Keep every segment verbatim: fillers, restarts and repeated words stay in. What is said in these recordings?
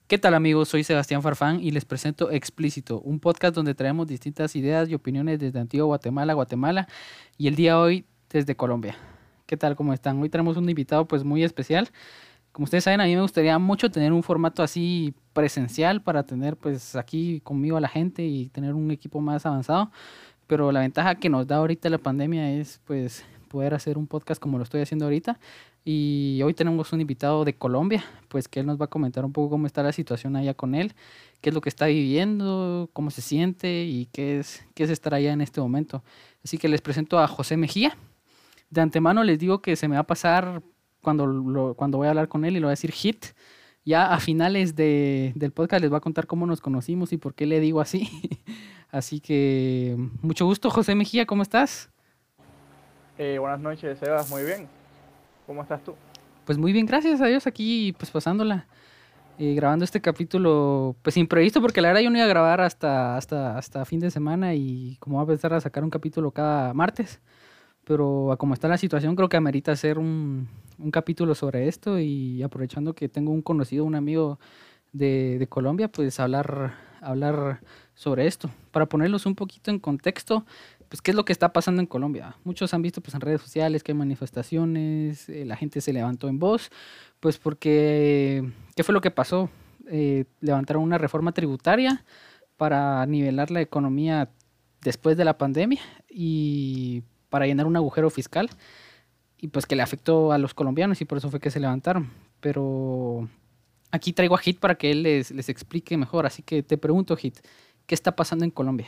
¿Qué tal amigos? Soy Sebastián Farfán y les presento Explícito, un podcast donde traemos distintas ideas y opiniones desde Antigua Guatemala, Guatemala y el día de hoy desde Colombia. ¿Qué tal? ¿Cómo están? Hoy tenemos un invitado pues muy especial. Como ustedes saben, a mí me gustaría mucho tener un formato así presencial para tener pues aquí conmigo a la gente y tener un equipo más avanzado, pero la ventaja que nos da ahorita la pandemia es pues poder hacer un podcast como lo estoy haciendo ahorita. Y hoy tenemos un invitado de Colombia, pues que él nos va a comentar un poco cómo está la situación allá con él, qué es lo que está viviendo, cómo se siente y qué es, qué es estar allá en este momento. Así que les presento a José Mejía. De antemano les digo que se me va a pasar cuando, lo, cuando voy a hablar con él y lo voy a decir hit. Ya a finales de, del podcast les voy a contar cómo nos conocimos y por qué le digo así. Así que mucho gusto, José Mejía, ¿cómo estás? Eh, buenas noches, Sebas, muy bien. ¿Cómo estás tú? Pues muy bien, gracias a Dios, aquí pues pasándola, eh, grabando este capítulo pues imprevisto porque la verdad yo no iba a grabar hasta, hasta, hasta fin de semana y como voy a empezar a sacar un capítulo cada martes, pero a como está la situación creo que amerita hacer un, un capítulo sobre esto y aprovechando que tengo un conocido, un amigo de, de Colombia, pues hablar, hablar sobre esto. Para ponerlos un poquito en contexto, pues qué es lo que está pasando en Colombia. Muchos han visto pues en redes sociales que hay manifestaciones, eh, la gente se levantó en voz, pues porque, ¿qué fue lo que pasó? Eh, levantaron una reforma tributaria para nivelar la economía después de la pandemia y para llenar un agujero fiscal y pues que le afectó a los colombianos y por eso fue que se levantaron. Pero aquí traigo a Hit para que él les, les explique mejor. Así que te pregunto, Hit, ¿qué está pasando en Colombia?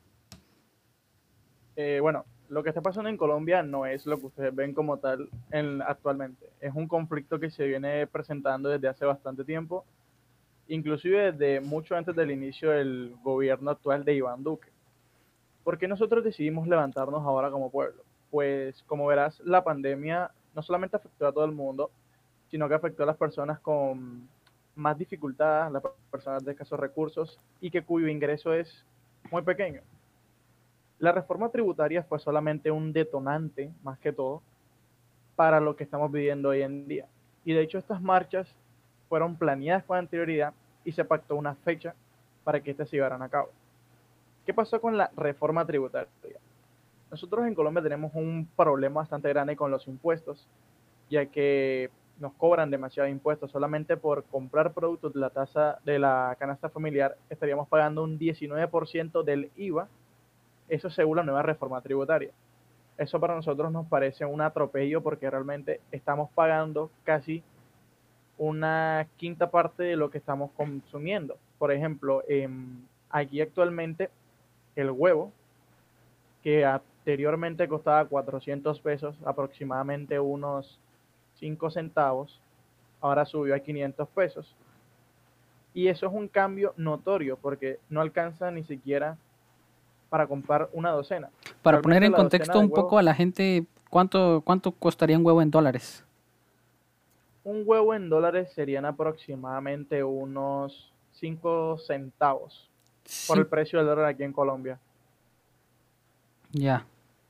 Eh, bueno, lo que está pasando en Colombia no es lo que ustedes ven como tal en, actualmente. Es un conflicto que se viene presentando desde hace bastante tiempo, inclusive desde mucho antes del inicio del gobierno actual de Iván Duque. ¿Por qué nosotros decidimos levantarnos ahora como pueblo? Pues como verás, la pandemia no solamente afectó a todo el mundo, sino que afectó a las personas con más dificultades, las personas de escasos recursos y que cuyo ingreso es muy pequeño. La reforma tributaria fue solamente un detonante, más que todo, para lo que estamos viviendo hoy en día. Y de hecho estas marchas fueron planeadas con anterioridad y se pactó una fecha para que éstas se llevaran a cabo. ¿Qué pasó con la reforma tributaria? Nosotros en Colombia tenemos un problema bastante grande con los impuestos, ya que nos cobran demasiados impuestos. Solamente por comprar productos de la tasa de la canasta familiar estaríamos pagando un diecinueve por ciento del I V A, eso según la nueva reforma tributaria. Eso para nosotros nos parece un atropello porque realmente estamos pagando casi una quinta parte de lo que estamos consumiendo. Por ejemplo, eh, aquí actualmente el huevo, que anteriormente costaba cuatrocientos pesos, aproximadamente unos cinco centavos, ahora subió a quinientos pesos. Y eso es un cambio notorio porque no alcanza ni siquiera para comprar una docena. Para poner Realmente en la docena contexto de un huevos, poco a la gente, ¿cuánto, cuánto costaría un huevo en dólares? un huevo en dólares serían aproximadamente unos cinco centavos por el Sí, precio del dólar aquí en Colombia. ya.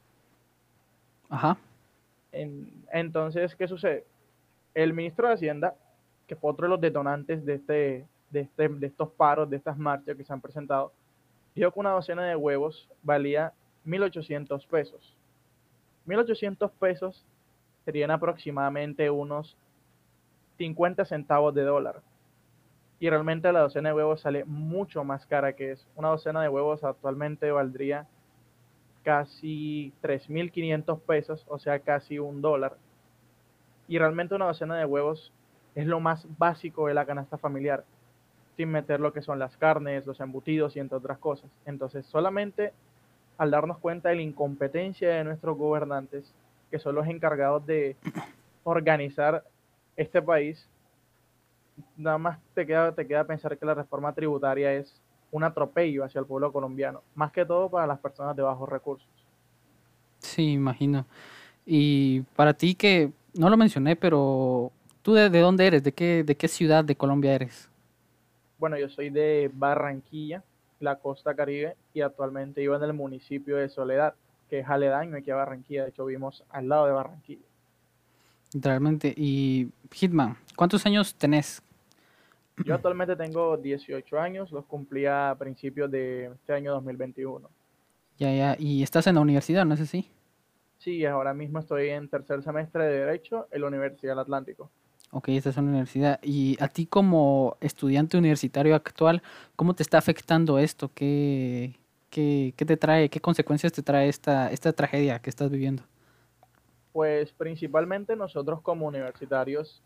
Ajá. En, entonces, ¿qué sucede? El ministro de Hacienda, que fue otro de los detonantes de, este, de, este, de estos paros, de estas marchas que se han presentado, dijo que una docena de huevos valía mil ochocientos pesos. Mil ochocientos pesos serían aproximadamente unos cincuenta centavos de dólar. Y realmente la docena de huevos sale mucho más cara que eso. Una docena de huevos actualmente valdría casi tres mil quinientos pesos, o sea, casi un dólar. Y realmente una docena de huevos es lo más básico de la canasta familiar, sin meter lo que son las carnes, los embutidos y entre otras cosas. Entonces, solamente al darnos cuenta de la incompetencia de nuestros gobernantes, que son los encargados de organizar este país, nada más te queda, te queda pensar que la reforma tributaria es un atropello hacia el pueblo colombiano, más que todo para las personas de bajos recursos. Sí, imagino. Y para ti que, no lo mencioné, pero ¿tú de, de dónde eres? ¿De qué, de qué ciudad de Colombia eres? Bueno, yo soy de Barranquilla, la costa Caribe, y actualmente vivo en el municipio de Soledad, que es aledaño aquí a Barranquilla. De hecho, vivimos al lado de Barranquilla. Realmente. Y Hitman, ¿cuántos años tenés? Yo actualmente tengo dieciocho años, los cumplí a principios de este año dos mil veintiuno. Ya, ya. ¿Y estás en la universidad, no es así? Sí, ahora mismo estoy en tercer semestre de Derecho en la Universidad del Atlántico. Ok, estás en la universidad. Y a ti como estudiante universitario actual, ¿cómo te está afectando esto? ¿Qué, qué, qué te trae, qué consecuencias te trae esta, esta tragedia que estás viviendo? Pues principalmente nosotros como universitarios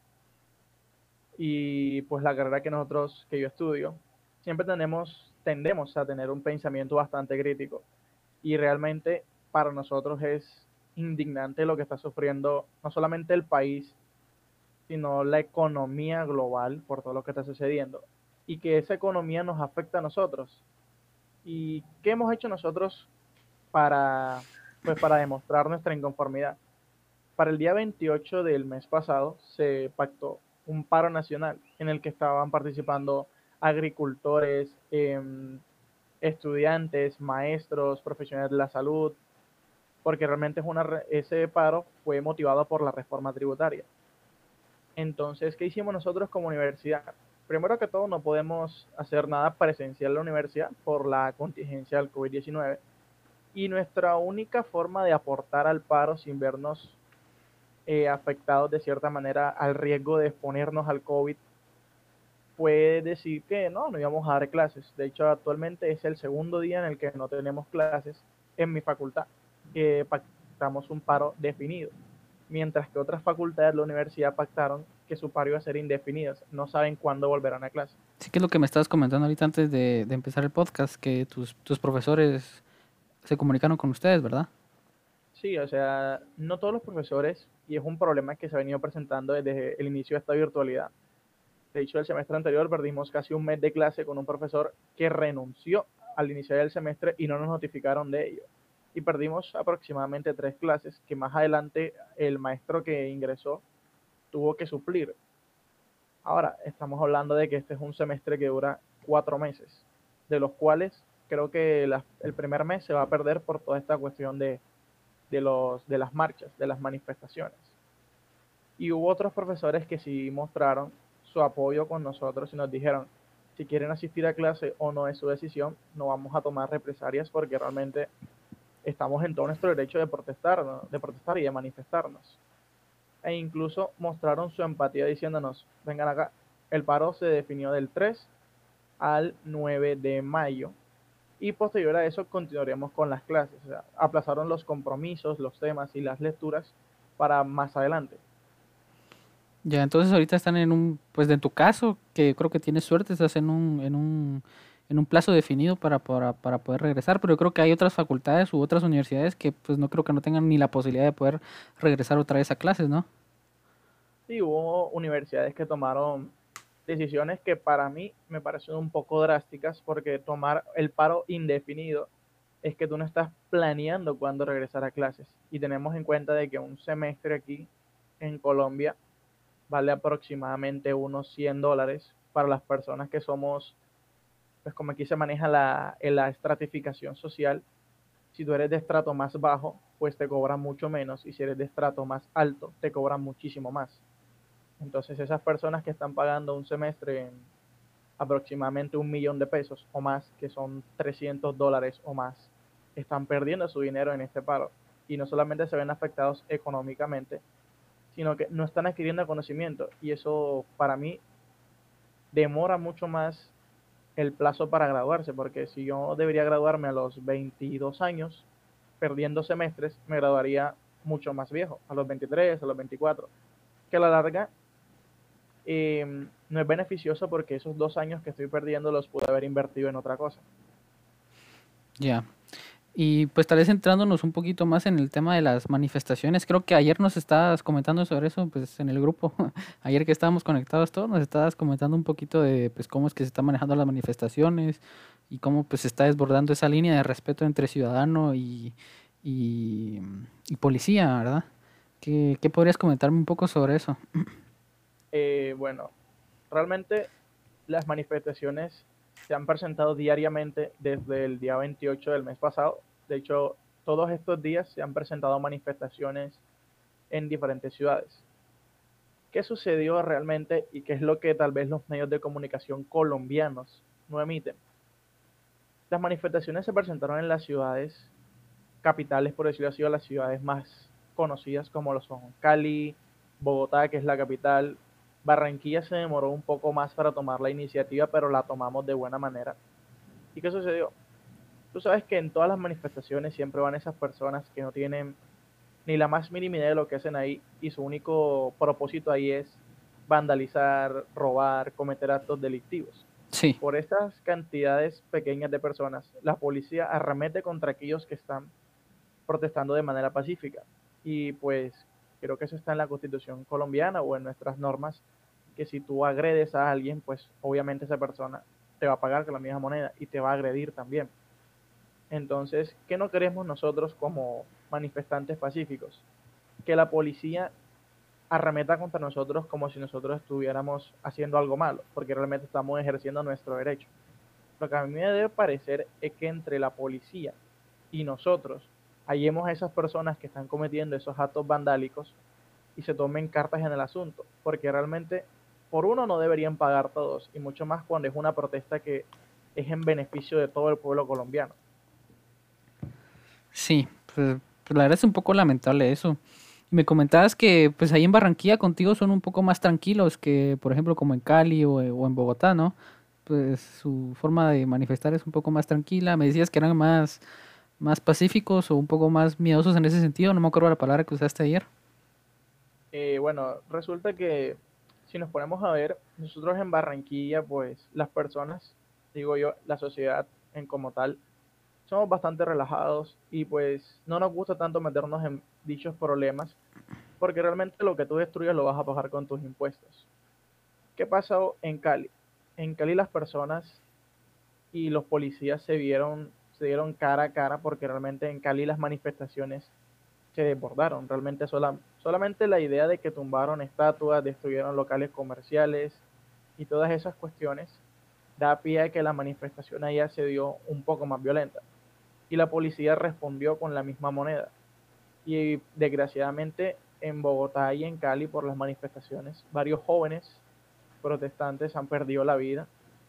y pues la carrera que nosotros, que yo estudio, siempre tenemos, tendemos a tener un pensamiento bastante crítico y realmente para nosotros es indignante lo que está sufriendo no solamente el país, sino la economía global por todo lo que está sucediendo y que esa economía nos afecta a nosotros. ¿Y qué hemos hecho nosotros para, pues, para demostrar nuestra inconformidad? Para el día veintiocho del mes pasado se pactó un paro nacional en el que estaban participando agricultores, eh, estudiantes, maestros, profesionales de la salud, porque realmente es una, ese paro fue motivado por la reforma tributaria. Entonces, ¿qué hicimos nosotros como universidad? Primero que todo, no podemos hacer nada presencial en la universidad por la contingencia del COVID diecinueve y nuestra única forma de aportar al paro sin vernos eh, afectados de cierta manera al riesgo de exponernos al COVID fue decir que no, no íbamos a dar clases. De hecho, actualmente es el segundo día en el que no tenemos clases en mi facultad, que pactamos un paro definido, mientras que otras facultades de la universidad pactaron que su paro iba a ser indefinido, no saben cuándo volverán a clase. Sí, que es lo que me estabas comentando ahorita antes de, de empezar el podcast, que tus, tus profesores se comunicaron con ustedes, ¿verdad? Sí, o sea, no todos los profesores, y es un problema que se ha venido presentando desde el inicio de esta virtualidad. De hecho, el semestre anterior perdimos casi un mes de clase con un profesor que renunció al iniciar el semestre y no nos notificaron de ello. Y perdimos aproximadamente tres clases que más adelante el maestro que ingresó tuvo que suplir. Ahora, estamos hablando de que este es un semestre que dura cuatro meses, de los cuales creo que la, el primer mes se va a perder por toda esta cuestión de, de, los, de las marchas, de las manifestaciones. Y hubo otros profesores que sí mostraron su apoyo con nosotros y nos dijeron, si quieren asistir a clase o no es su decisión, no vamos a tomar represalias porque realmente estamos en todo nuestro derecho de protestar, ¿no? De protestar y de manifestarnos. E incluso mostraron su empatía diciéndonos, vengan acá, el paro se definió del tres al nueve de mayo y posterior a eso continuaremos con las clases. O sea, aplazaron los compromisos, los temas y las lecturas para más adelante. Ya, entonces ahorita están en un, pues en tu caso, que creo que tienes suerte, estás en un, en un, en un plazo definido para, para, para poder regresar, pero yo creo que hay otras facultades u otras universidades que pues no creo que no tengan ni la posibilidad de poder regresar otra vez a clases, ¿no? Sí, hubo universidades que tomaron decisiones que para mí me parecieron un poco drásticas porque tomar el paro indefinido es que tú no estás planeando cuándo regresar a clases y tenemos en cuenta de que un semestre aquí en Colombia vale aproximadamente unos cien dólares para las personas que somos, pues como aquí se maneja la, la estratificación social, si tú eres de estrato más bajo, pues te cobran mucho menos y si eres de estrato más alto, te cobran muchísimo más. Entonces esas personas que están pagando un semestre en aproximadamente un millón de pesos o más, que son trescientos dólares o más, están perdiendo su dinero en este paro. Y no solamente se ven afectados económicamente, sino que no están adquiriendo conocimiento. Y eso para mí demora mucho más el plazo para graduarse, porque si yo debería graduarme a los veintidós años, perdiendo semestres, me graduaría mucho más viejo, a los veintitrés, a los veinticuatro, que a la larga eh, no es beneficioso porque esos dos años que estoy perdiendo los pude haber invertido en otra cosa. Ya. Y pues tal vez centrándonos un poquito más en el tema de las manifestaciones, creo que ayer nos estabas comentando sobre eso, pues en el grupo, ayer que estábamos conectados todos, nos estabas comentando un poquito de pues cómo es que se están manejando las manifestaciones y cómo pues se está desbordando esa línea de respeto entre ciudadano y, y, y policía, ¿verdad? ¿Qué, qué podrías comentarme un poco sobre eso? Eh, bueno, realmente las manifestaciones se han presentado diariamente desde el día veintiocho del mes pasado. De hecho, todos estos días se han presentado manifestaciones en diferentes ciudades. ¿Qué sucedió realmente y qué es lo que tal vez los medios de comunicación colombianos no emiten? Las manifestaciones se presentaron en las ciudades capitales, por decirlo así, o las ciudades más conocidas como lo son Cali, Bogotá, que es la capital. Barranquilla se demoró un poco más para tomar la iniciativa, pero la tomamos de buena manera. ¿Y qué sucedió? Tú sabes que en todas las manifestaciones siempre van esas personas que no tienen ni la más mínima idea de lo que hacen ahí y su único propósito ahí es vandalizar, robar, cometer actos delictivos. Sí, Por estas cantidades pequeñas de personas, la policía arremete contra aquellos que están protestando de manera pacífica. Y pues creo que eso está en la Constitución colombiana o en nuestras normas, que si tú agredes a alguien, pues obviamente esa persona te va a pagar con la misma moneda y te va a agredir también. Entonces, ¿qué no queremos nosotros como manifestantes pacíficos? Que la policía arremeta contra nosotros como si nosotros estuviéramos haciendo algo malo, porque realmente estamos ejerciendo nuestro derecho. Lo que a mí me debe parecer es que entre la policía y nosotros hallemos a esas personas que están cometiendo esos actos vandálicos y se tomen cartas en el asunto, porque realmente por uno no deberían pagar todos, y mucho más cuando es una protesta que es en beneficio de todo el pueblo colombiano. sí, pues, pues la verdad es un poco lamentable eso. Me comentabas que pues ahí en Barranquilla contigo son un poco más tranquilos que, por ejemplo, como en Cali o, o en Bogotá, ¿no? Pues su forma de manifestar es un poco más tranquila. Me decías que eran más, más pacíficos o un poco más miedosos en ese sentido. No me acuerdo la palabra que usaste ayer. Eh, bueno, resulta que si nos ponemos a ver, nosotros en Barranquilla, pues las personas, digo yo, la sociedad en como tal, somos bastante relajados y pues no nos gusta tanto meternos en dichos problemas porque realmente lo que tú destruyes lo vas a pagar con tus impuestos. ¿Qué pasó en Cali? En Cali las personas y los policías se vieron, se dieron cara a cara porque realmente en Cali las manifestaciones se desbordaron. Realmente sola, solamente la idea de que tumbaron estatuas, destruyeron locales comerciales y todas esas cuestiones da pie a que la manifestación allá se dio un poco más violenta. Y la policía respondió con la misma moneda. Y desgraciadamente en Bogotá y en Cali por las manifestaciones, varios jóvenes protestantes han perdido la vida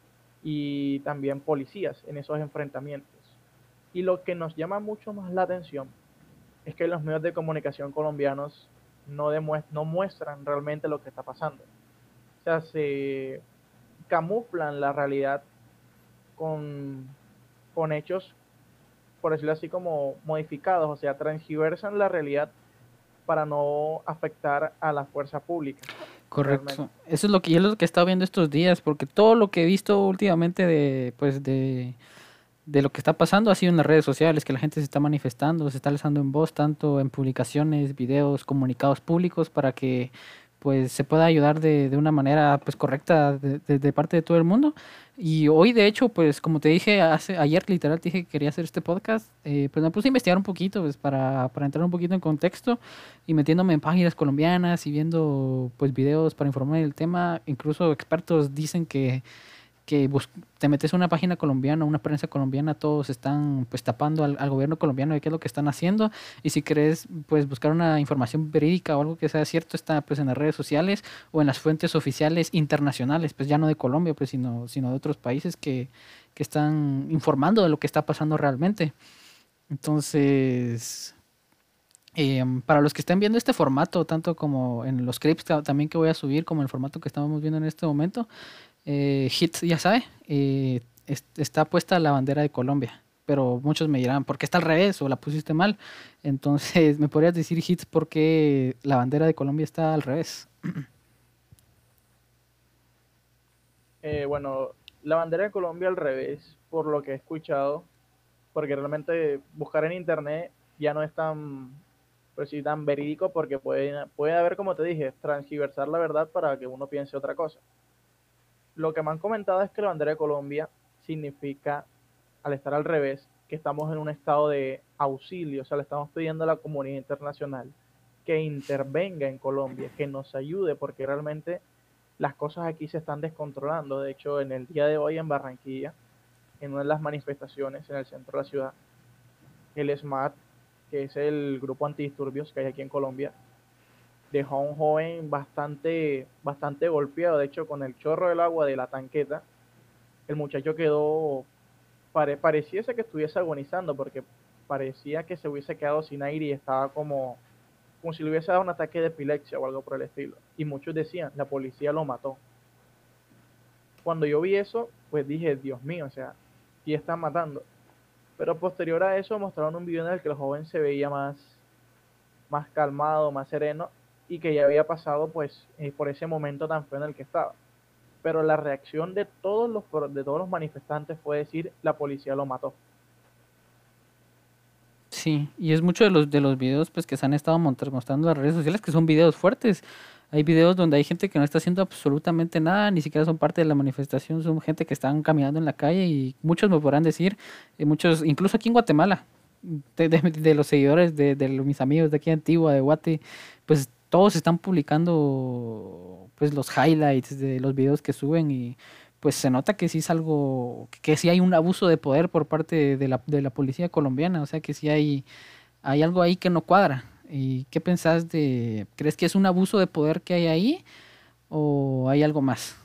y también policías en esos enfrentamientos. Y lo que nos llama mucho más la atención es que los medios de comunicación colombianos no, no muestran realmente lo que está pasando. O sea, se camuflan la realidad con, con hechos, por decirlo así, como modificados, o sea, transgiversan la realidad para no afectar a la fuerza pública, realmente. Correcto. Eso es lo que yo es lo que he estado viendo estos días, porque todo lo que he visto últimamente de, pues de, de lo que está pasando ha sido en las redes sociales, que la gente se está manifestando, se está alzando en voz, tanto en publicaciones, videos, comunicados públicos, para que pues se pueda ayudar de, de una manera pues correcta de, de- de parte de todo el mundo. Y hoy, de hecho, pues como te dije, hace, ayer literal te dije que quería hacer este podcast, eh, pues me puse a investigar un poquito pues, para, para entrar un poquito en contexto y metiéndome en páginas colombianas y viendo pues videos para informar del tema. Incluso expertos dicen que que bus- te metes a una página colombiana, una prensa colombiana, todos están pues tapando al, al gobierno colombiano de qué es lo que están haciendo, y si querés pues buscar una información verídica o algo que sea cierto, está pues en las redes sociales o en las fuentes oficiales internacionales, pues ya no de Colombia, pues sino, sino de otros países que, que están informando de lo que está pasando realmente. Entonces, em, para los que estén viendo este formato, tanto como en los clips ta- también que voy a subir, como el formato que estamos viendo en este momento, eh, Hits, ya sabe, eh, es- está puesta la bandera de Colombia, pero muchos me dirán, ¿por qué está al revés o la pusiste mal? Entonces, ¿me podrías decir, Hits, por qué la bandera de Colombia está al revés? Eh, bueno, la bandera de Colombia al revés, por lo que he escuchado, porque realmente buscar en internet ya no es tan, pues sí, tan verídico porque puede, puede haber, como te dije, transgiversar la verdad para que uno piense otra cosa. Lo que me han comentado es que la bandera de Colombia significa, al estar al revés, que estamos en un estado de auxilio, o sea, le estamos pidiendo a la comunidad internacional que intervenga en Colombia, que nos ayude, porque realmente las cosas aquí se están descontrolando. De hecho, en el día de hoy en Barranquilla, en una de las manifestaciones en el centro de la ciudad, el SMAT, que es el grupo antidisturbios que hay aquí en Colombia, dejó a un joven bastante, bastante golpeado. De hecho, con el chorro del agua de la tanqueta, el muchacho quedó, pare, pareciese que estuviese agonizando, porque parecía que se hubiese quedado sin aire y estaba como, como si le hubiese dado un ataque de epilepsia o algo por el estilo. Y muchos decían, la policía lo mató. Cuando yo vi eso, pues dije, Dios mío, o sea, sí están matando. Pero posterior a eso mostraron un video en el que el joven se veía más, más calmado, más sereno, y que ya había pasado pues eh, por ese momento tan feo en el que estaba. Pero la reacción de todos los, de todos los manifestantes fue decir, la policía lo mató. Sí, y es mucho de los de los videos pues que se han estado mostrando en las redes sociales, que son videos fuertes. Hay videos donde hay gente que no está haciendo absolutamente nada, ni siquiera son parte de la manifestación, son gente que están caminando en la calle, y muchos me podrán decir, y muchos, incluso aquí en Guatemala, de, de- de los seguidores de, de los- mis amigos de aquí de Antigua, de Guate, pues todos están publicando pues los highlights de los videos que suben, y pues se nota que sí es algo, que sí hay un abuso de poder por parte de la, de la policía colombiana, o sea que sí hay, hay algo ahí que no cuadra. ¿Y qué pensás de, crees que es un abuso de poder que hay ahí o hay algo más?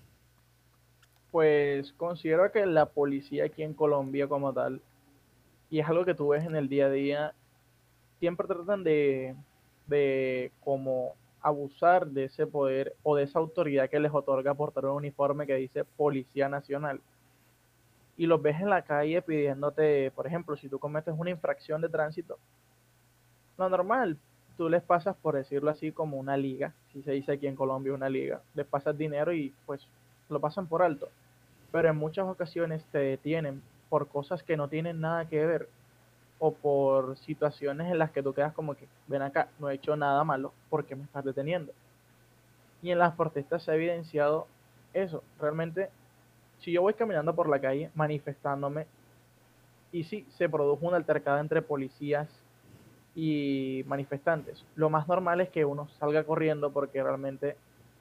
Pues considero que la policía aquí en Colombia como tal, y es algo que tú ves en el día a día, siempre tratan de, de como abusar de ese poder o de esa autoridad que les otorga portar un uniforme que dice Policía Nacional. Y los ves en la calle pidiéndote, por ejemplo, si tú cometes una infracción de tránsito, lo normal, tú les pasas, por decirlo así, como una liga, si se dice aquí en Colombia una liga, les pasas dinero y pues lo pasan por alto. Pero en muchas ocasiones te detienen por cosas que no tienen nada que ver o por situaciones en las que tú quedas como que, ven acá, no he hecho nada malo, ¿por qué me estás deteniendo? Y en las protestas se ha evidenciado eso. Realmente, si yo voy caminando por la calle manifestándome y sí, se produjo una altercada entre policías y manifestantes, lo más normal es que uno salga corriendo porque realmente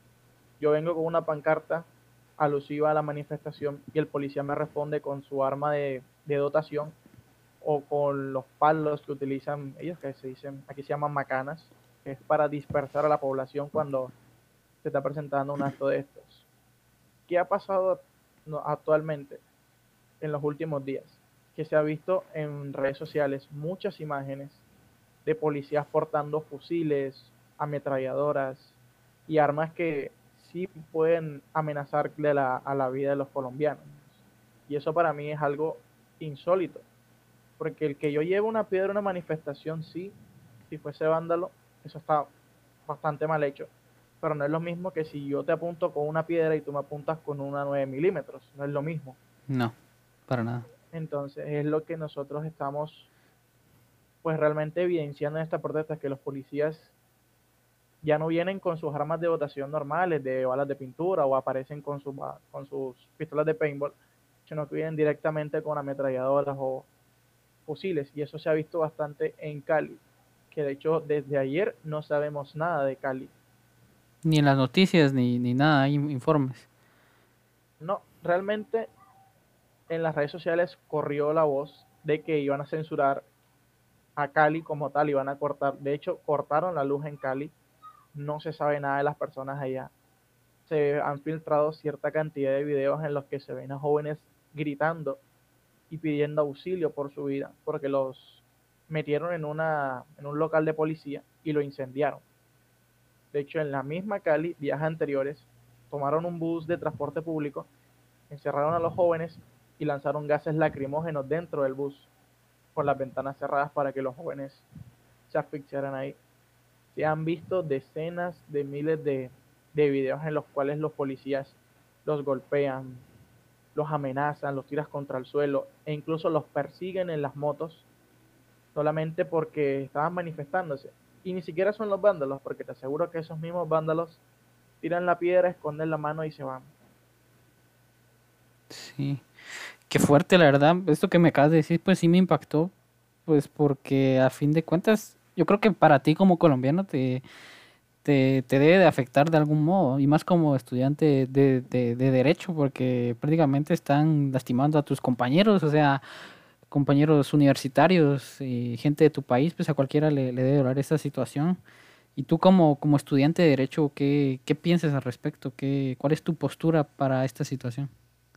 yo vengo con una pancarta alusiva a la manifestación y el policía me responde con su arma de, de dotación o con los palos que utilizan ellos, que se dicen, aquí se llaman macanas, que es para dispersar a la población cuando se está presentando un acto de estos. ¿Qué ha pasado no, actualmente en los últimos días? Que se ha visto en redes sociales muchas imágenes de policías portando fusiles, ametralladoras y armas que sí pueden amenazar de la, a la vida de los colombianos. Y eso para mí es algo insólito, porque el que yo lleve una piedra a una manifestación, sí, si fuese vándalo, eso está bastante mal hecho, pero no es lo mismo que si yo te apunto con una piedra y tú me apuntas con una nueve milímetros, no es lo mismo. No, para nada. Entonces es lo que nosotros estamos pues realmente evidenciando en esta protesta, que los policías ya no vienen con sus armas de votación normales, de balas de pintura, o aparecen con, sus con sus pistolas de paintball, sino que vienen directamente con ametralladoras o fusiles, y eso se ha visto bastante en Cali, que de hecho desde ayer no sabemos nada de Cali. Ni en las noticias ni, ni nada, hay informes. No, realmente en las redes sociales corrió la voz de que iban a censurar a Cali como tal, iban a cortar, de hecho cortaron la luz en Cali, no se sabe nada de las personas allá. Se han filtrado cierta cantidad de videos en los que se ven a jóvenes gritando y pidiendo auxilio por su vida, porque los metieron en, una, en un local de policía y lo incendiaron. De hecho, en la misma Cali, días anteriores, tomaron un bus de transporte público, encerraron a los jóvenes y lanzaron gases lacrimógenos dentro del bus con las ventanas cerradas para que los jóvenes se asfixiaran ahí. Se han visto decenas de miles de, de videos en los cuales los policías los golpean, los amenazan, los tiran contra el suelo e incluso los persiguen en las motos solamente porque estaban manifestándose. Y ni siquiera son los vándalos, porque te aseguro que esos mismos vándalos tiran la piedra, esconden la mano y se van. Sí. Qué fuerte, la verdad. Esto que me acabas de decir, pues sí me impactó. Pues porque a fin de cuentas, yo creo que para ti como colombiano te, te, te debe de afectar de algún modo. Y más como estudiante de, de, de derecho, porque prácticamente están lastimando a tus compañeros, o sea, compañeros universitarios y gente de tu país, pues a cualquiera le, le debe doler esta situación. Y tú como, como estudiante de Derecho, ¿qué, qué piensas al respecto? ¿Qué, cuál es tu postura para esta situación?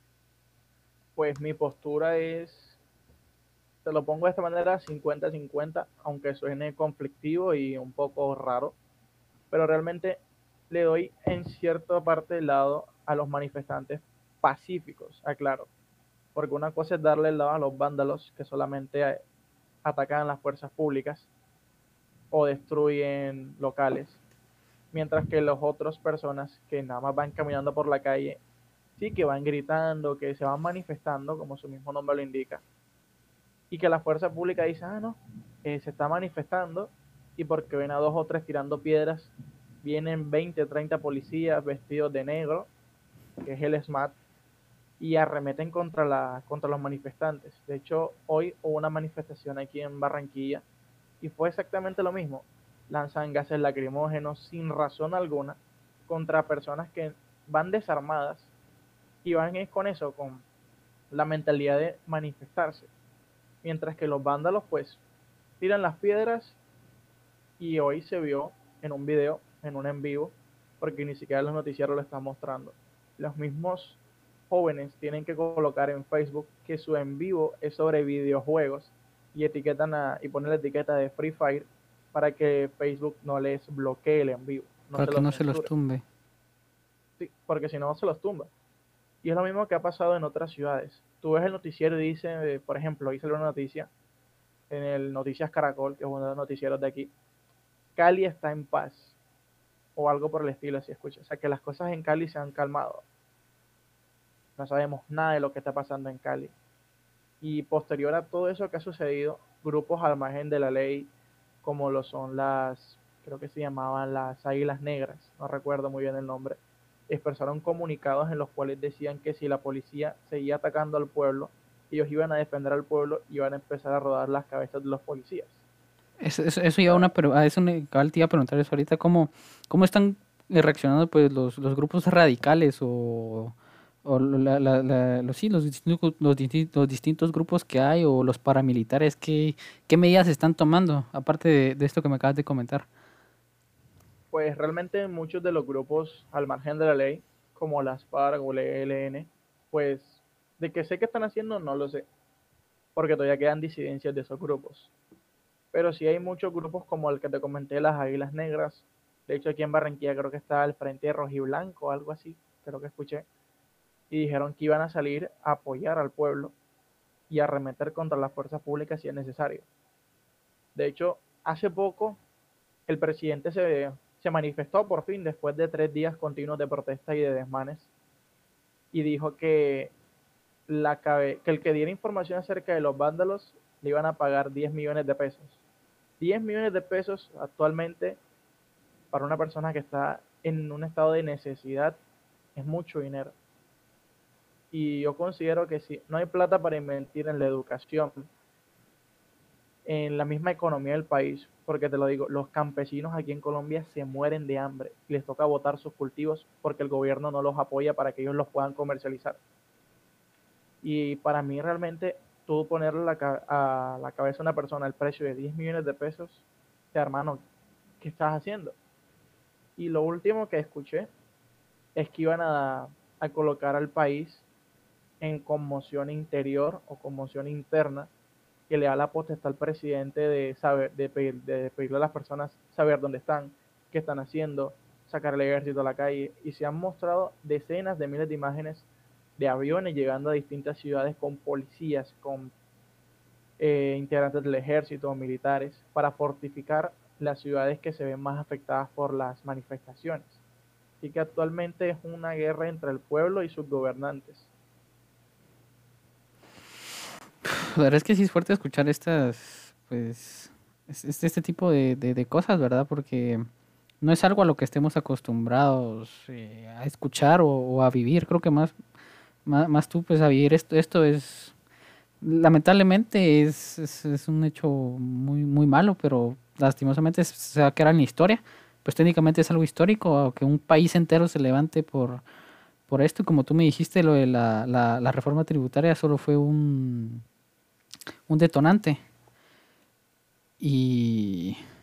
Pues mi postura es, te lo pongo de esta manera, cincuenta cincuenta, aunque suene conflictivo y un poco raro, pero realmente le doy en cierta parte del lado a los manifestantes pacíficos, aclaro, porque una cosa es darle el lado a los vándalos que solamente eh, atacan a las fuerzas públicas o destruyen locales, mientras que las otras personas que nada más van caminando por la calle, sí que van gritando, que se van manifestando, como su mismo nombre lo indica, y que la fuerza pública dice, ah, no, eh, se está manifestando, y porque ven a dos o tres tirando piedras, vienen veinte, treinta policías vestidos de negro, que es el S M A T, y arremeten contra, la, contra los manifestantes. De hecho, hoy hubo una manifestación aquí en Barranquilla, y fue exactamente lo mismo. Lanzan gases lacrimógenos sin razón alguna contra personas que van desarmadas y van con eso, con la mentalidad de manifestarse. Mientras que los vándalos pues tiran las piedras y hoy se vio en un video, en un en vivo, porque ni siquiera los noticieros lo están mostrando. Los mismos jóvenes tienen que colocar en Facebook que su en vivo es sobre videojuegos y etiquetan a, y ponen la etiqueta de Free Fire para que Facebook no les bloquee el en vivo, no Para se que los no se los censure. tumbe. Sí, porque si no se los tumba. Y es lo mismo que ha pasado en otras ciudades. Tú ves el noticiero y dice, eh, por ejemplo, hoy salió una noticia en el Noticias Caracol, que es uno de los noticieros de aquí, Cali está en paz, o algo por el estilo, así escucha. O sea, que las cosas en Cali se han calmado. No sabemos nada de lo que está pasando en Cali. Y posterior a todo eso que ha sucedido, grupos al margen de la ley, como lo son las, creo que se llamaban las Águilas Negras, no recuerdo muy bien el nombre, expresaron comunicados en los cuales decían que si la policía seguía atacando al pueblo, ellos iban a defender al pueblo y iban a empezar a rodar las cabezas de los policías. Eso, eso, eso O ya sea, una, pero a eso me cabal te iba a preguntar eso ahorita, ¿cómo, cómo están eh, reaccionando pues los, los grupos radicales o, o la, la, la- los, sí, los distintos, los, distin- los distintos grupos que hay o los paramilitares? ¿Qué, qué medidas están tomando, aparte de, de esto que me acabas de comentar? pues realmente muchos de los grupos al margen de la ley, como las FARC o el E L N, pues de que sé que están haciendo no lo sé, porque todavía quedan disidencias de esos grupos. Pero sí hay muchos grupos como el que te comenté, las Águilas Negras. De hecho, aquí en Barranquilla creo que está el Frente Rojiblanco, algo así, creo que escuché. Y dijeron que iban a salir a apoyar al pueblo y a arremeter contra las fuerzas públicas si es necesario. De hecho, hace poco el presidente se, se manifestó por fin después de tres días continuos de protesta y de desmanes y dijo que, la cabe, que el que diera información acerca de los vándalos le iban a pagar diez millones de pesos. diez millones de pesos actualmente para una persona que está en un estado de necesidad es mucho dinero. Y yo considero que si no hay plata para invertir en la educación, en la misma economía del país, porque te lo digo, los campesinos aquí en Colombia se mueren de hambre y les toca botar sus cultivos porque el gobierno no los apoya para que ellos los puedan comercializar. Y para mí realmente tú ponerle la, a la cabeza a una persona el precio de diez millones de pesos, hermano, ¿qué estás haciendo? Y lo último que escuché es que iban a, a colocar al país en conmoción interior o conmoción interna que le da la potestad al presidente de saber, de, pedir, de pedirle a las personas saber dónde están, qué están haciendo, sacar el ejército a la calle. Y se han mostrado decenas de miles de imágenes de aviones llegando a distintas ciudades con policías, con eh, integrantes del ejército, militares, para fortificar las ciudades que se ven más afectadas por las manifestaciones. Así que actualmente es una guerra entre el pueblo y sus gobernantes. La verdad es que sí es fuerte escuchar estas, pues, es- es- este tipo de, de, de cosas, ¿verdad? Porque no es algo a lo que estemos acostumbrados eh, a escuchar o, o a vivir. Creo que más, más, más tú, pues, a vivir esto, esto es, lamentablemente, es, es, es un hecho muy, muy malo, pero lastimosamente se va a quedar en la historia. Pues técnicamente es algo histórico, que un país entero se levante por, por esto. Y como tú me dijiste, lo de la, la, la reforma tributaria solo fue un, un detonante. Y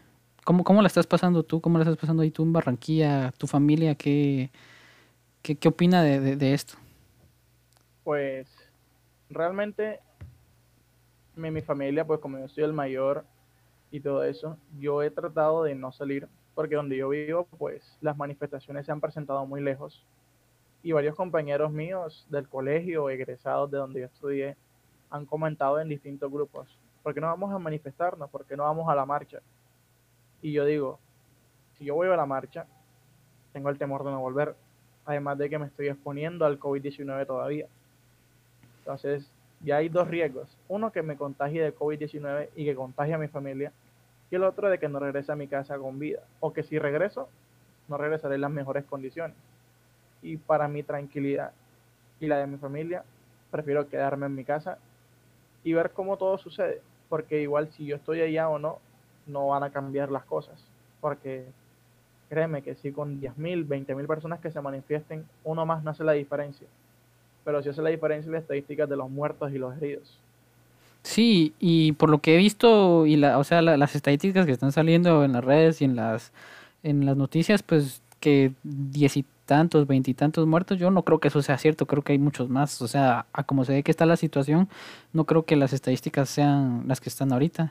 ¿Cómo, cómo la estás pasando tú? ¿Cómo la estás pasando ahí tú en Barranquilla? ¿Tu familia qué, qué, qué opina de, de, de esto? Pues realmente mi, mi familia, pues como yo soy el mayor y todo eso, yo he tratado de no salir porque donde yo vivo, pues las manifestaciones se han presentado muy lejos y varios compañeros míos del colegio, egresados de donde yo estudié, han comentado en distintos grupos, ¿por qué no vamos a manifestarnos? ¿Por qué no vamos a la marcha? Y yo digo, si yo voy a la marcha, tengo el temor de no volver, además de que me estoy exponiendo al COVID diecinueve todavía. Entonces, ya hay dos riesgos. Uno, que me contagie de COVID diecinueve y que contagie a mi familia. Y el otro, de que no regrese a mi casa con vida. O que si regreso, no regresaré en las mejores condiciones. Y para mi tranquilidad y la de mi familia, prefiero quedarme en mi casa y ver cómo todo sucede. Porque igual si yo estoy allá o no, no van a cambiar las cosas. Porque créeme que si con diez mil, veinte mil personas que se manifiesten, uno más no hace la diferencia. Pero sí hace la diferencia en las estadísticas de los muertos y los heridos. Sí, y por lo que he visto, y la, o sea, la- las estadísticas que están saliendo en las redes y en las, en las noticias, pues que diez y tantos, veintitantos muertos, yo no creo que eso sea cierto, creo que hay muchos más. O sea, a como se ve que está la situación, no creo que las estadísticas sean las que están ahorita.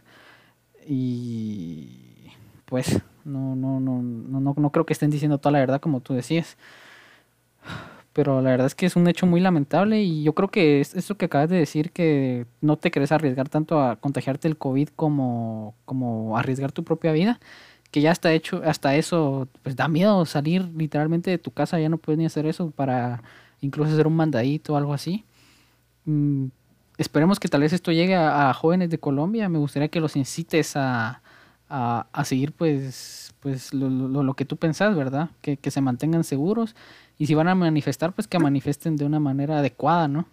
Y pues no, no, no, no, no, no creo que estén diciendo toda la verdad como tú decías. Pero la verdad es que es un hecho muy lamentable y yo creo que es eso que acabas de decir, que no te querés arriesgar tanto a contagiarte el COVID como, como arriesgar tu propia vida, que ya está hecho, hasta eso, pues da miedo salir literalmente de tu casa, ya no puedes ni hacer eso para incluso hacer un mandadito o algo así. Mm, esperemos que tal vez esto llegue a, a jóvenes de Colombia, me gustaría que los incites a, a, a seguir pues, pues lo, lo, lo que tú pensás, ¿verdad? Que, que se mantengan seguros y si van a manifestar, pues que manifiesten de una manera adecuada, ¿no?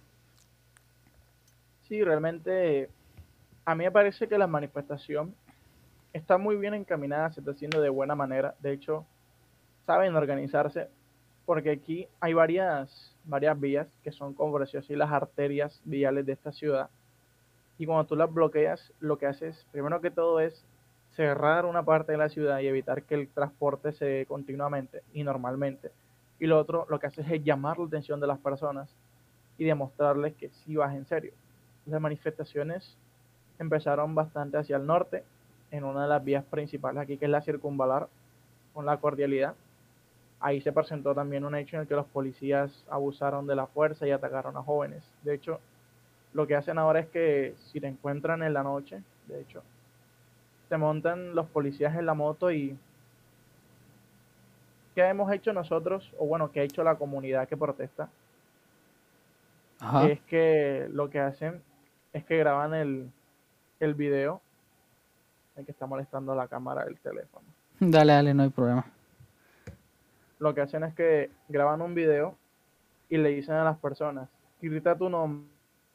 Sí, realmente a mí me parece que la manifestación está muy bien encaminada, se está haciendo de buena manera. De hecho, saben organizarse porque aquí hay varias, varias vías que son, como por decirlo así, las arterias viales de esta ciudad. Y cuando tú las bloqueas, lo que haces, primero que todo, es cerrar una parte de la ciudad y evitar que el transporte se dé continuamente y normalmente. Y lo otro, lo que haces es llamar la atención de las personas y demostrarles que sí vas en serio. Las manifestaciones empezaron bastante hacia el norte, en una de las vías principales aquí, que es la circunvalar, con la cordialidad. Ahí se presentó también un hecho en el que los policías abusaron de la fuerza y atacaron a jóvenes. De hecho, lo que hacen ahora es que si te encuentran en la noche, de hecho, te montan los policías en la moto y ¿qué hemos hecho nosotros? O bueno, ¿qué ha hecho la comunidad que protesta? Ajá. Es que lo que hacen es que graban el, el video, el que está molestando la cámara del teléfono. Dale, dale, no hay problema. Lo que hacen es que graban un video y le dicen a las personas, grita tu nombre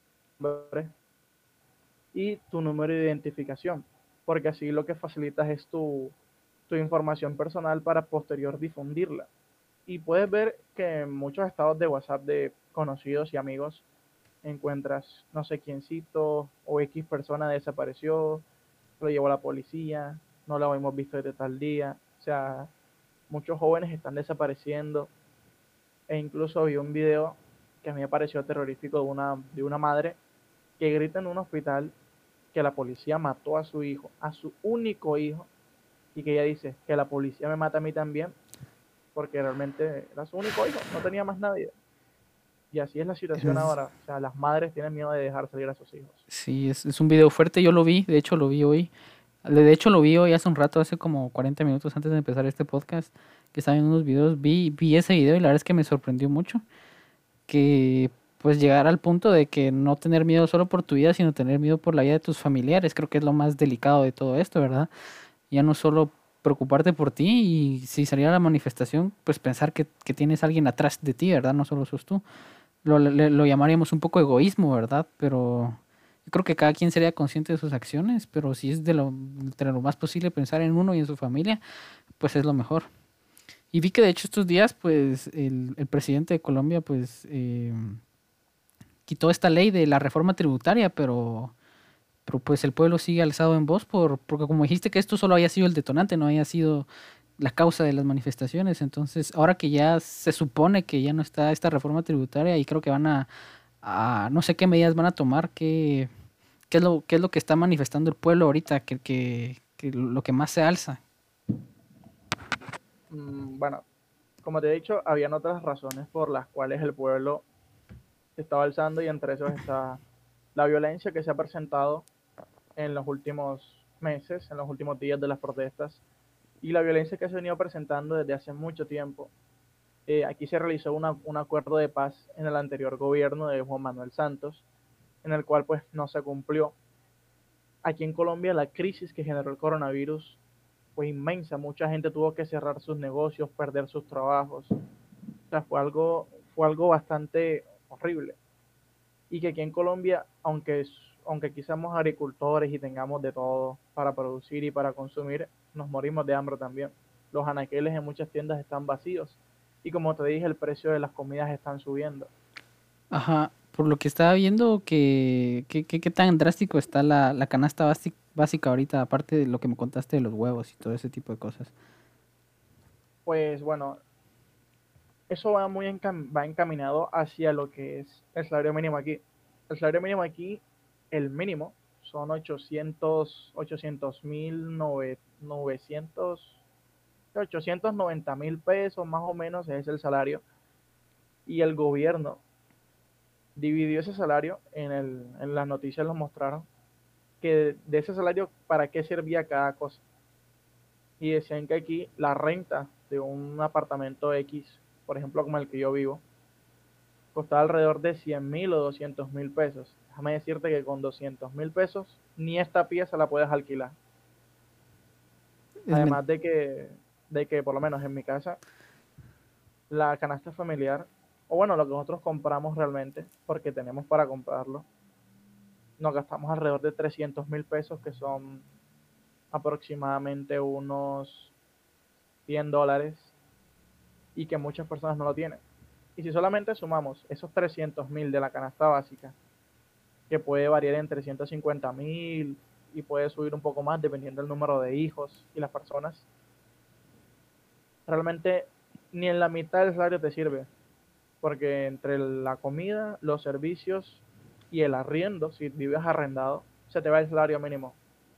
y tu número de identificación, porque así lo que facilitas es tu, tu información personal para posterior difundirla. Y puedes ver que en muchos estados de WhatsApp de conocidos y amigos encuentras no sé quiéncito o X persona desapareció, lo llevó a la policía, no lo hemos visto desde tal día. O sea, muchos jóvenes están desapareciendo e incluso vi un video que a mí me pareció terrorífico de una, de una madre que grita en un hospital que la policía mató a su hijo, a su único hijo, y que ella dice que la policía me mata a mí también, porque realmente era su único hijo, no tenía más nadie. Y así es la situación Es, ahora. O sea, las madres tienen miedo de dejar salir a sus hijos. sí, es, es un video fuerte, yo lo vi, de hecho lo vi hoy. De hecho lo vi hoy hace un rato, hace como cuarenta minutos antes de empezar este podcast, que estaba viendo unos videos, vi, vi ese video y la verdad es que me sorprendió mucho. Que pues llegar al punto de que no tener miedo solo por tu vida, sino tener miedo por la vida de tus familiares, creo que es lo más delicado de todo esto, ¿verdad? Ya no solo preocuparte por ti y si salir a la manifestación, pues pensar que, que tienes a alguien atrás de ti, ¿verdad? No solo sos tú. Lo, le- lo llamaríamos un poco egoísmo, ¿verdad? Pero yo creo que cada quien sería consciente de sus acciones, pero si es de lo, de lo más posible pensar en uno y en su familia, pues es lo mejor. Y vi que de hecho estos días, pues el, el presidente de Colombia, pues... eh, quitó esta ley de la reforma tributaria, pero, pero pues el pueblo sigue alzado en voz por, porque como dijiste que esto solo había sido el detonante, no había sido la causa de las manifestaciones. Entonces, ahora que ya se supone que ya no está esta reforma tributaria y creo que van a, a no sé qué medidas van a tomar, qué, qué es lo, qué es lo que está manifestando el pueblo ahorita, que, que, que lo que más se alza. Mm, bueno, como te he dicho, habían otras razones por las cuales el pueblo se estaba alzando y entre esos está la violencia que se ha presentado en los últimos meses, en los últimos días de las protestas y la violencia que se ha venido presentando desde hace mucho tiempo. Eh, aquí se realizó una, un acuerdo de paz en el anterior gobierno de Juan Manuel Santos, en el cual pues no se cumplió. Aquí en Colombia la crisis que generó el coronavirus fue inmensa, mucha gente tuvo que cerrar sus negocios, perder sus trabajos, o sea, fue algo, fue algo bastante horrible. Y que aquí en Colombia, aunque, aunque aquí somos agricultores y tengamos de todo para producir y para consumir, nos morimos de hambre también. Los anaqueles en muchas tiendas están vacíos y como te dije, el precio de las comidas están subiendo. Ajá, por lo que estaba viendo, que, que, que- qué tan drástico está la, la canasta básica, básica ahorita, aparte de lo que me contaste de los huevos y todo ese tipo de cosas. Pues bueno, eso va muy encam va encaminado hacia lo que es el salario mínimo aquí. El salario mínimo aquí, el mínimo, son ochocientos ochocientos mil novecientos ochocientos noventa mil pesos más o menos es el salario. Y el gobierno dividió ese salario, en, el, en las noticias lo mostraron, que de ese salario para qué servía cada cosa. Y decían que aquí la renta de un apartamento X, por ejemplo como el que yo vivo, costaba alrededor de cien mil o doscientos mil pesos. Déjame decirte que con doscientos mil pesos ni esta pieza la puedes alquilar. Es men- Además de que, de que por lo menos en mi casa, la canasta familiar, o bueno, lo que nosotros compramos realmente, porque tenemos para comprarlo, nos gastamos alrededor de trescientos mil pesos, que son aproximadamente unos cien dólares, y que muchas personas no lo tienen. Y si solamente sumamos esos trescientos mil de la canasta básica, que puede variar entre ciento cincuenta mil y puede subir un poco más dependiendo del número de hijos y las personas, realmente ni en la mitad del salario te sirve, porque entre la comida, los servicios y el arriendo, si vives arrendado, se te va el salario mínimo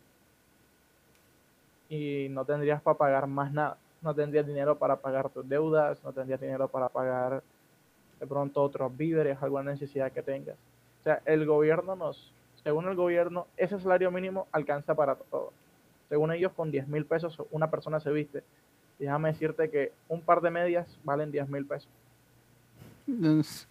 y no tendrías para pagar más nada. No tendrías dinero para pagar tus deudas, no tendrías dinero para pagar de pronto otros víveres, alguna necesidad que tengas. O sea, el gobierno nos, según el gobierno, ese salario mínimo alcanza para todo. Según ellos, con diez mil pesos una persona se viste. Y déjame decirte que un par de medias valen diez mil pesos. es-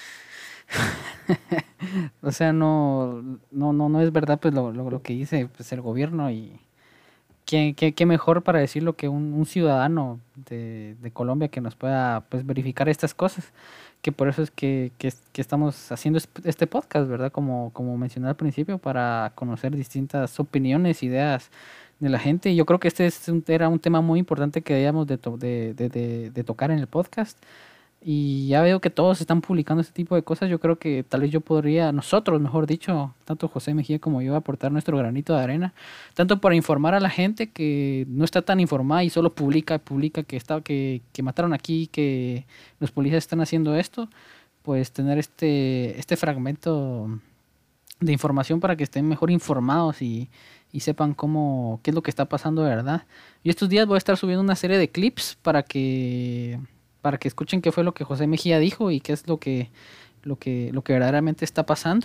o sea, no, no, no, no es verdad pues lo, lo, lo que dice pues, el gobierno y qué, qué, qué mejor para decirlo que un, un ciudadano de, de Colombia que nos pueda pues verificar estas cosas, que por eso es que, que, que estamos haciendo es- este podcast, ¿verdad? Como, como mencioné al principio, para conocer distintas opiniones, ideas de la gente. Y yo creo que este es un- era un tema muy importante que debíamos de, to- de, de, de, de tocar en el podcast. Y ya veo que todos están publicando este tipo de cosas. Yo creo que tal vez yo podría, nosotros, mejor dicho, tanto José Mejía como yo, aportar nuestro granito de arena, tanto para informar a la gente que no está tan informada y solo publica, publica que está, que, que mataron aquí, que los policías están haciendo esto, pues tener este, este fragmento de información para que estén mejor informados y, y sepan cómo, qué es lo que está pasando de verdad. Y estos días voy a estar subiendo una serie de clips para que para que escuchen qué fue lo que José Mejía dijo y qué es lo que lo que lo que verdaderamente está pasando.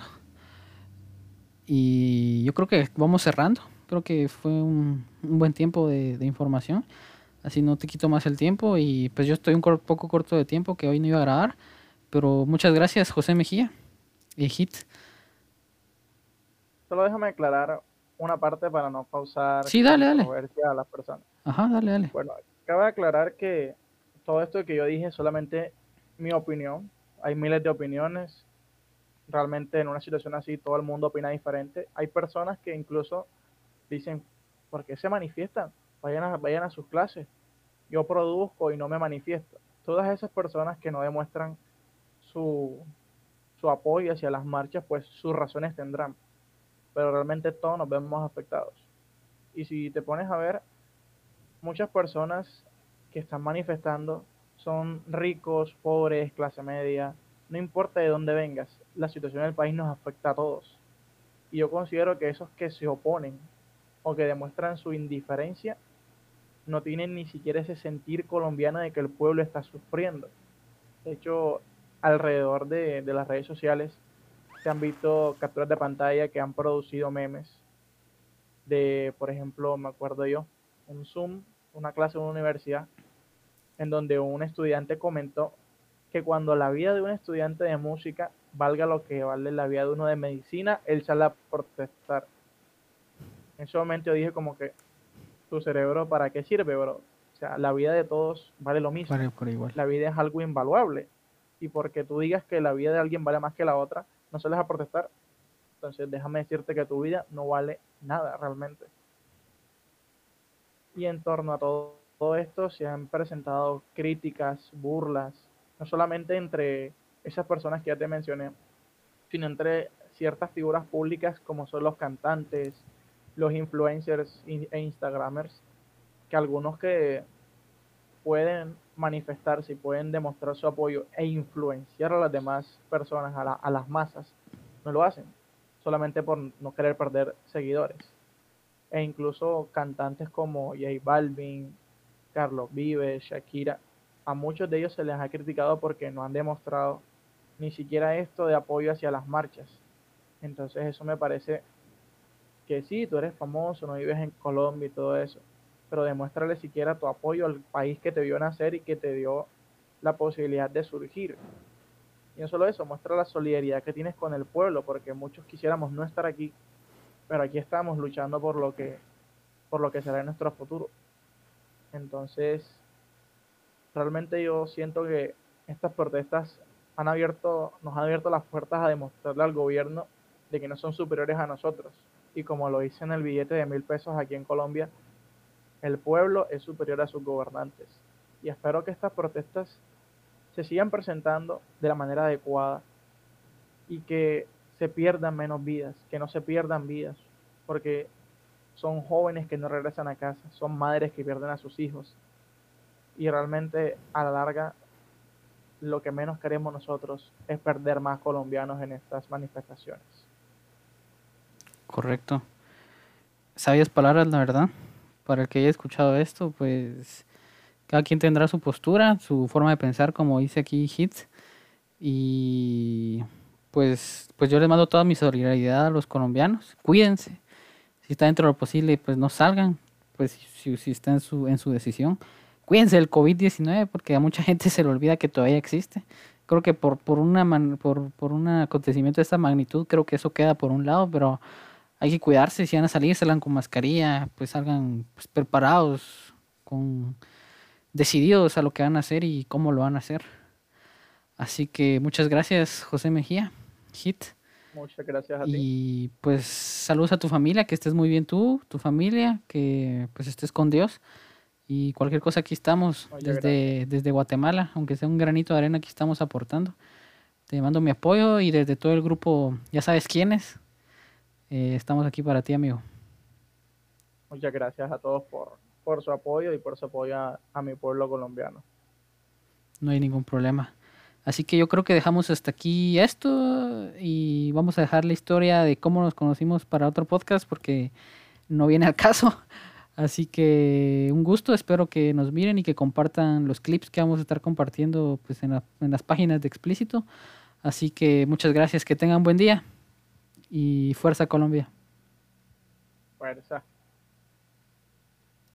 Y yo creo que vamos cerrando. Creo que fue un, un buen tiempo de, de información. Así no te quito más el tiempo y pues yo estoy un cor- poco corto de tiempo que hoy no iba a grabar, pero muchas gracias José Mejía y Hit. Solo déjame aclarar una parte para no causar Sí, dale, dale. controversia a las personas. Ajá, dale, dale. Bueno, cabe aclarar que todo esto que yo dije es solamente mi opinión. Hay miles de opiniones. Realmente en una situación así todo el mundo opina diferente. Hay personas que incluso dicen, ¿por qué se manifiestan? Vayan a, vayan a sus clases. Yo produzco y no me manifiesto. Todas esas personas que no demuestran su, su apoyo hacia las marchas, pues sus razones tendrán. pero realmente todos nos vemos afectados. Y si te pones a ver, muchas personas que están manifestando son ricos, pobres, clase media, no importa de dónde vengas, la situación del país nos afecta a todos. Y yo considero que esos que se oponen o que demuestran su indiferencia no tienen ni siquiera ese sentir colombiano de que el pueblo está sufriendo. De hecho, alrededor de, de las redes sociales se han visto capturas de pantalla que han producido memes de, por ejemplo, me acuerdo yo, un Zoom, una clase en una universidad, en donde un estudiante comentó que cuando la vida de un estudiante de música valga lo que vale la vida de uno de medicina, él sale a protestar. En ese momento yo dije como que, tu cerebro, ¿para qué sirve, bro? O sea, la vida de todos vale lo mismo. Vale, por igual. La vida es algo invaluable. Y porque tú digas que la vida de alguien vale más que la otra, no sales a protestar. Entonces déjame decirte que tu vida no vale nada realmente. Y en torno a todo, todo esto se han presentado críticas, burlas, no solamente entre esas personas que ya te mencioné, sino entre ciertas figuras públicas como son los cantantes, los influencers e instagramers, que algunos que pueden manifestarse y pueden demostrar su apoyo e influenciar a las demás personas, a, la, a las masas, no lo hacen, solamente por no querer perder seguidores. E incluso cantantes como J Balvin, Carlos Vives, Shakira, a muchos de ellos se les ha criticado porque no han demostrado ni siquiera esto de apoyo hacia las marchas. Entonces eso me parece que sí, tú eres famoso, no vives en Colombia y todo eso, pero demuéstrale siquiera tu apoyo al país que te vio nacer y que te dio la posibilidad de surgir. Y no solo eso, muestra la solidaridad que tienes con el pueblo, porque muchos quisiéramos no estar aquí, pero aquí estamos luchando por lo que, por lo que será en nuestro futuro. Entonces, realmente yo siento que estas protestas han abierto, nos han abierto las puertas a demostrarle al gobierno de que no son superiores a nosotros. Y como lo hice en el billete de mil pesos aquí en Colombia, el pueblo es superior a sus gobernantes. Y espero que estas protestas se sigan presentando de la manera adecuada y que se pierdan menos vidas, que no se pierdan vidas, porque son jóvenes que no regresan a casa, son madres que pierden a sus hijos. Y realmente a la larga lo que menos queremos nosotros es perder más colombianos en estas manifestaciones. Correcto. Sabias palabras, la verdad. Para el que haya escuchado esto, pues cada quien tendrá su postura, su forma de pensar, como dice aquí Hit. Y pues, pues yo les mando toda mi solidaridad a los colombianos. Cuídense. Si está dentro de lo posible, pues no salgan. Pues si, si está en su, en su decisión. Cuídense del COVID diecinueve porque a mucha gente se le olvida que todavía existe. Creo que por, por, una man, por, por un acontecimiento de esta magnitud, creo que eso queda por un lado, pero hay que cuidarse. Si van a salir, salgan con mascarilla, pues salgan pues, preparados, con, decididos a lo que van a hacer y cómo lo van a hacer. Así que muchas gracias, José Mejía, Hit. Muchas gracias a y, ti. Y pues saludos a tu familia, que estés muy bien tú, tu familia, que pues estés con Dios. Y cualquier cosa aquí estamos desde, desde Guatemala, aunque sea un granito de arena, aquí estamos aportando. Te mando mi apoyo y desde todo el grupo, ya sabes quiénes, eh, estamos aquí para ti, amigo. Muchas gracias a todos por, por su apoyo y por su apoyo a, a mi pueblo colombiano. No hay ningún problema. Así que yo creo que dejamos hasta aquí esto y vamos a dejar la historia de cómo nos conocimos para otro podcast porque no viene al caso. Así que un gusto, espero que nos miren y que compartan los clips que vamos a estar compartiendo pues, en, la, en las páginas de Explícito. Así que muchas gracias, que tengan buen día y fuerza Colombia. Fuerza.